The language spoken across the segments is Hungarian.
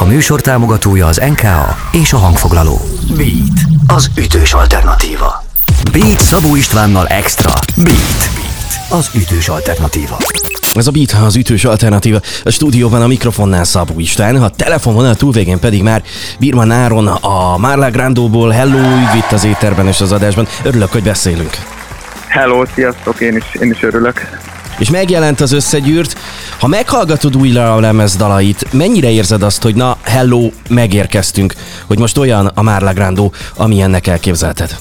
A műsor támogatója az NKA és a hangfoglaló. Beat, az ütős alternatíva. Beat Szabó Istvánnal extra. Beat, az ütős alternatíva. Ez a Beat, az ütős alternatíva. A stúdióban a mikrofonnál Szabó István, a telefonvonal túlvégén pedig már Birman Áron a Marla Grandóból. Hello, üdv itt az éterben és az adásban. Örülök, hogy beszélünk. Hello, sziasztok, én is örülök. És megjelent az Összegyűrt. Ha meghallgatod újra a lemez dalait, mennyire érzed azt, hogy na, hello, megérkeztünk, hogy most olyan a Marla Grandó, amilyennek elképzelted?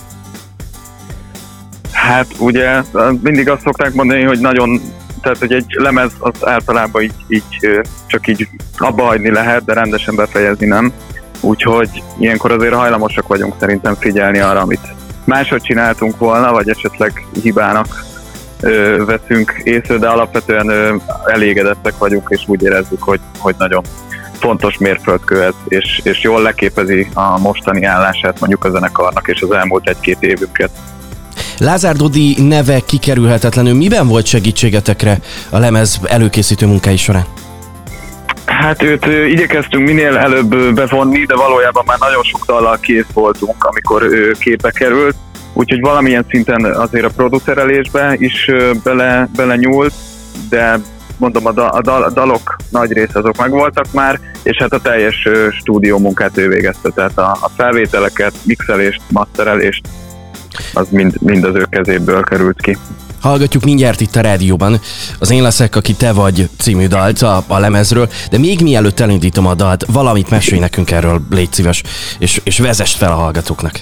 Hát ugye mindig azt szokták mondani, hogy tehát hogy egy lemez az általában így csak így abba hagyni lehet, de rendesen befejezni nem. Úgyhogy ilyenkor azért hajlamosak vagyunk szerintem figyelni arra, amit máshogy csináltunk volna, vagy esetleg hibának veszünk észre, de alapvetően elégedettek vagyunk, és úgy érezzük, hogy nagyon fontos mérföldkő ez, és jól leképezi a mostani állását mondjuk a zenekarnak és az elmúlt egy-két évünket. Lázár Dodi neve kikerülhetetlenül. Miben volt segítségetekre a lemez előkészítő munkái során? Hát őt igyekeztünk minél előbb bevonni, de valójában már nagyon sok dallal kész voltunk, amikor ő képbe került, úgyhogy valamilyen szinten azért a producerelésbe is bele nyúlt, de mondom, a dalok nagy része azok megvoltak már, és hát a teljes stúdió munkát ő végezte, tehát a felvételeket, mixelést, masterelést, az mind az ő kezéből került ki. Hallgatjuk mindjárt itt a rádióban az Én leszek, aki te vagy című dalt a lemezről, de még mielőtt elindítom a dalt, valamit mesélj nekünk erről, légy szíves, és vezess fel a hallgatóknak.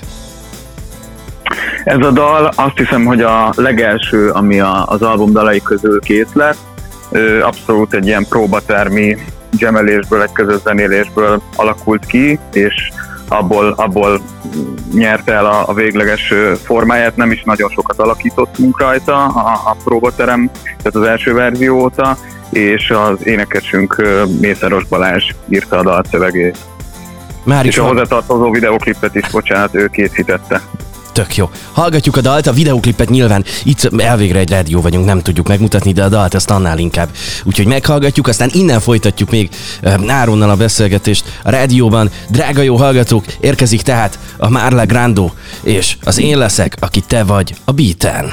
Ez a dal azt hiszem, hogy a legelső, ami az album dalai közül kész lett. Abszolút egy ilyen próbatermi jamelésből, egy közös zenélésből alakult ki, és abból nyerte el a végleges formáját. Nem is nagyon sokat alakítottunk rajta a próbaterem, tehát az első verzió óta, és az énekesünk Mészáros Balázs írta a dal szövegét. És a hozzátartozó videóklipet is, ő készítette. Tök jó. Hallgatjuk a dalt, a videóklipet nyilván itt elvégre egy rádió vagyunk, nem tudjuk megmutatni, de a dalt ezt annál inkább. Úgyhogy meghallgatjuk, aztán innen folytatjuk még Áronnal a beszélgetést a rádióban. Drága jó hallgatók, érkezik tehát a Marla Grandó, és az Én leszek, aki te vagy a Beaten.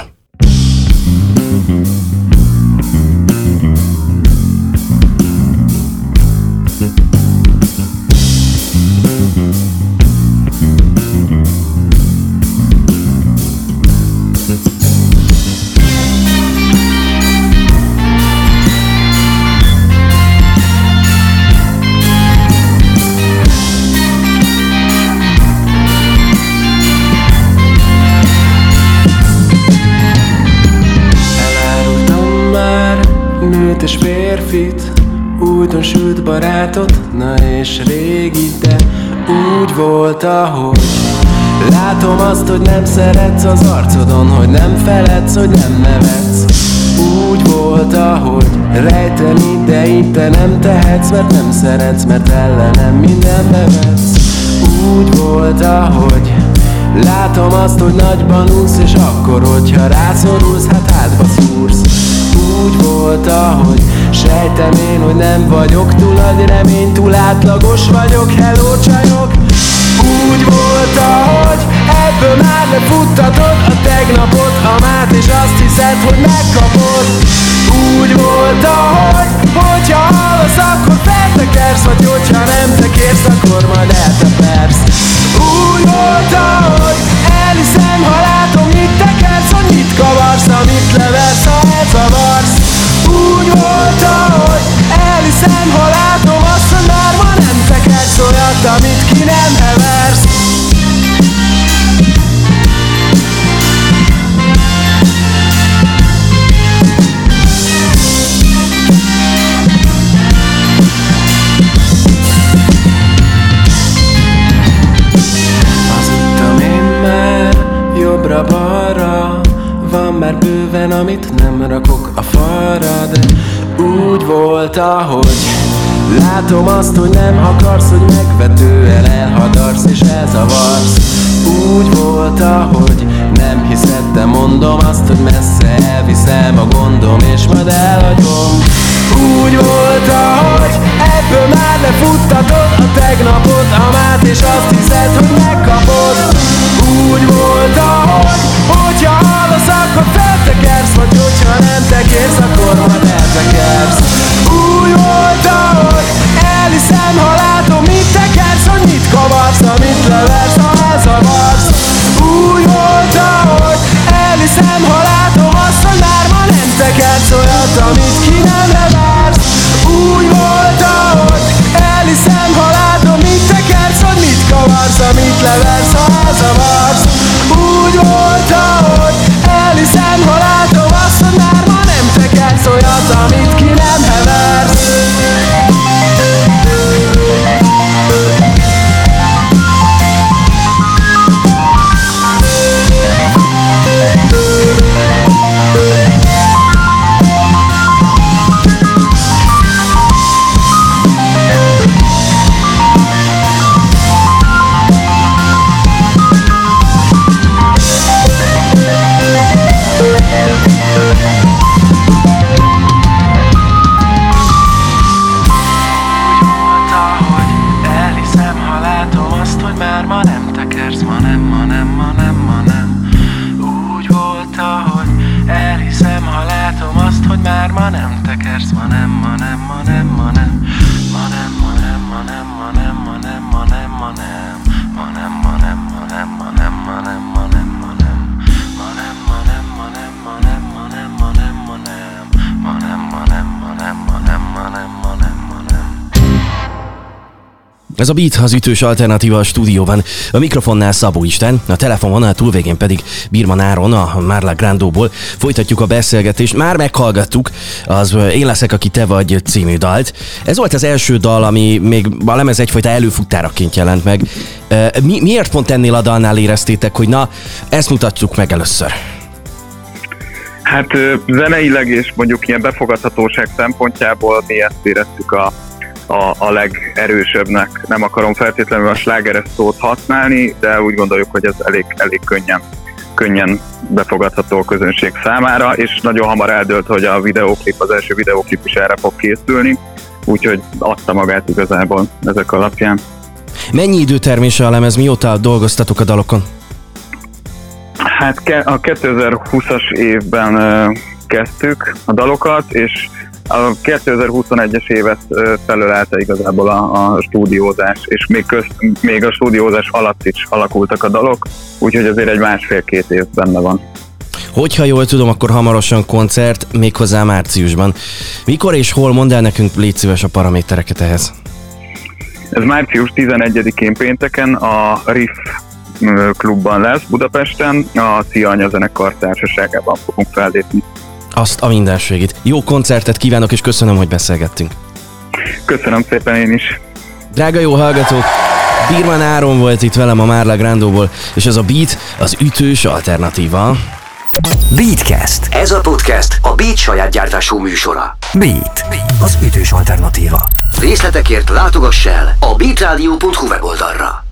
És férfit, újdonsült barátot, na és régi, de úgy volt, ahogy látom azt, hogy nem szeretsz az arcodon, hogy nem feledsz, hogy nem nevetsz. Úgy volt, ahogy rejteni, de itt te nem tehetsz, mert nem szeretsz, mert ellenem mindenbe vetsz. Úgy volt, ahogy látom azt, hogy nagyban úsz, és akkor, hogyha rászorulsz, hát hátba szúrsz. Úgy volt, ahogy sejtem én, hogy nem vagyok túl nagy remény, túl átlagos vagyok, hello csajok. Úgy volt, ahogy ebből már lefuttatod a tegnapot, a mát, és azt hiszed, hogy megkapod. Úgy volt, ahogy hogyha hallasz, akkor feltekersz, vagy hogyha nem tekérsz, akkor majd eltepersz. Úgy volt, ahogy elhiszem, ha látom, mit tekersz, hogy mit kavarsz, amit leversz, ha elzavarsz. Úgy volt, ahogy elhiszem, ha látom azt, hogy már ma nem tekersz olyat, amit ki nem heversz. Jobbra-balra van már bőven, amit nem rakok a falra, de úgy volt, ahogy látom azt, hogy nem akarsz, hogy megvetően elhadarsz és elzavarsz. Úgy volt, ahogy nem hiszed, de mondom azt, hogy messze elviszem a gondom, és majd elhagyom. Úgy volt, ahogy ebből már lefuttatod a te tekersz, ma nem, ma nem, ma nem, ma nem. Úgy volt, ahogy elhiszem, ha látom azt, hogy már ma nem tekersz, ma nem, ma nem, ma nem, ma nem. Ma nem, ma nem, ma nem, ma nem, ma nem, ma nem, ma nem. Ma nem, ma nem, ma nem, ma nem, ma nem, ma nem, ma nem. Ma nem, ma nem, ma nem, ma nem, ma nem, ma nem, ma nem. Ma nem, ma nem, ma nem, ma nem, ma nem, ma nem, ma nem. Ez a Beat, az ütős alternatíva a stúdióban. A mikrofonnál Szabó István, a telefonvonal túlvégén pedig Birman Áron, a Marla Grandóból. Folytatjuk a beszélgetést. Már meghallgattuk az Én leszek, aki te vagy című dalt. Ez volt az első dal, ami még a lemez egyfajta előfutáraként jelent meg. Miért pont ennél a dalnál éreztétek, hogy na, ezt mutatjuk meg először? Hát zeneileg és mondjuk ilyen befogadhatóság szempontjából mi ezt éreztük a legerősebbnek. Nem akarom feltétlenül a slágeres szót használni, de úgy gondoljuk, hogy ez elég könnyen befogadható a közönség számára, és nagyon hamar eldőlt, hogy az első videóklip is erre fog készülni, úgyhogy adta magát igazából ezek alapján. Mennyi időtermése a lemez, mióta dolgoztatok a dalokon? Hát a 2020-as évben kezdtük a dalokat, és a 2021-es évet felölelte igazából a stúdiózás, és még a stúdiózás alatt is alakultak a dalok, úgyhogy azért egy 1,5-2 év benne van. Hogyha jól tudom, akkor hamarosan koncert, méghozzá márciusban. Mikor és hol, mondd el nekünk, légy szíves, a paramétereket ehhez. Ez március 11-én pénteken a Riff klubban lesz Budapesten, a Szia Anya zenekar társaságában fogunk fellépni. Azt a mindenségét. Jó koncertet kívánok, és köszönöm, hogy beszélgettünk. Köszönöm szépen én is. Drága jó hallgatók, Birman Áron volt itt velem a Marla Grandóból, és ez a Beat, az ütős alternatíva. Beatcast. Ez a podcast a Beat saját gyártású műsora. Beat, az ütős alternatíva. Részletekért látogass el a beatradio.hu weboldalra.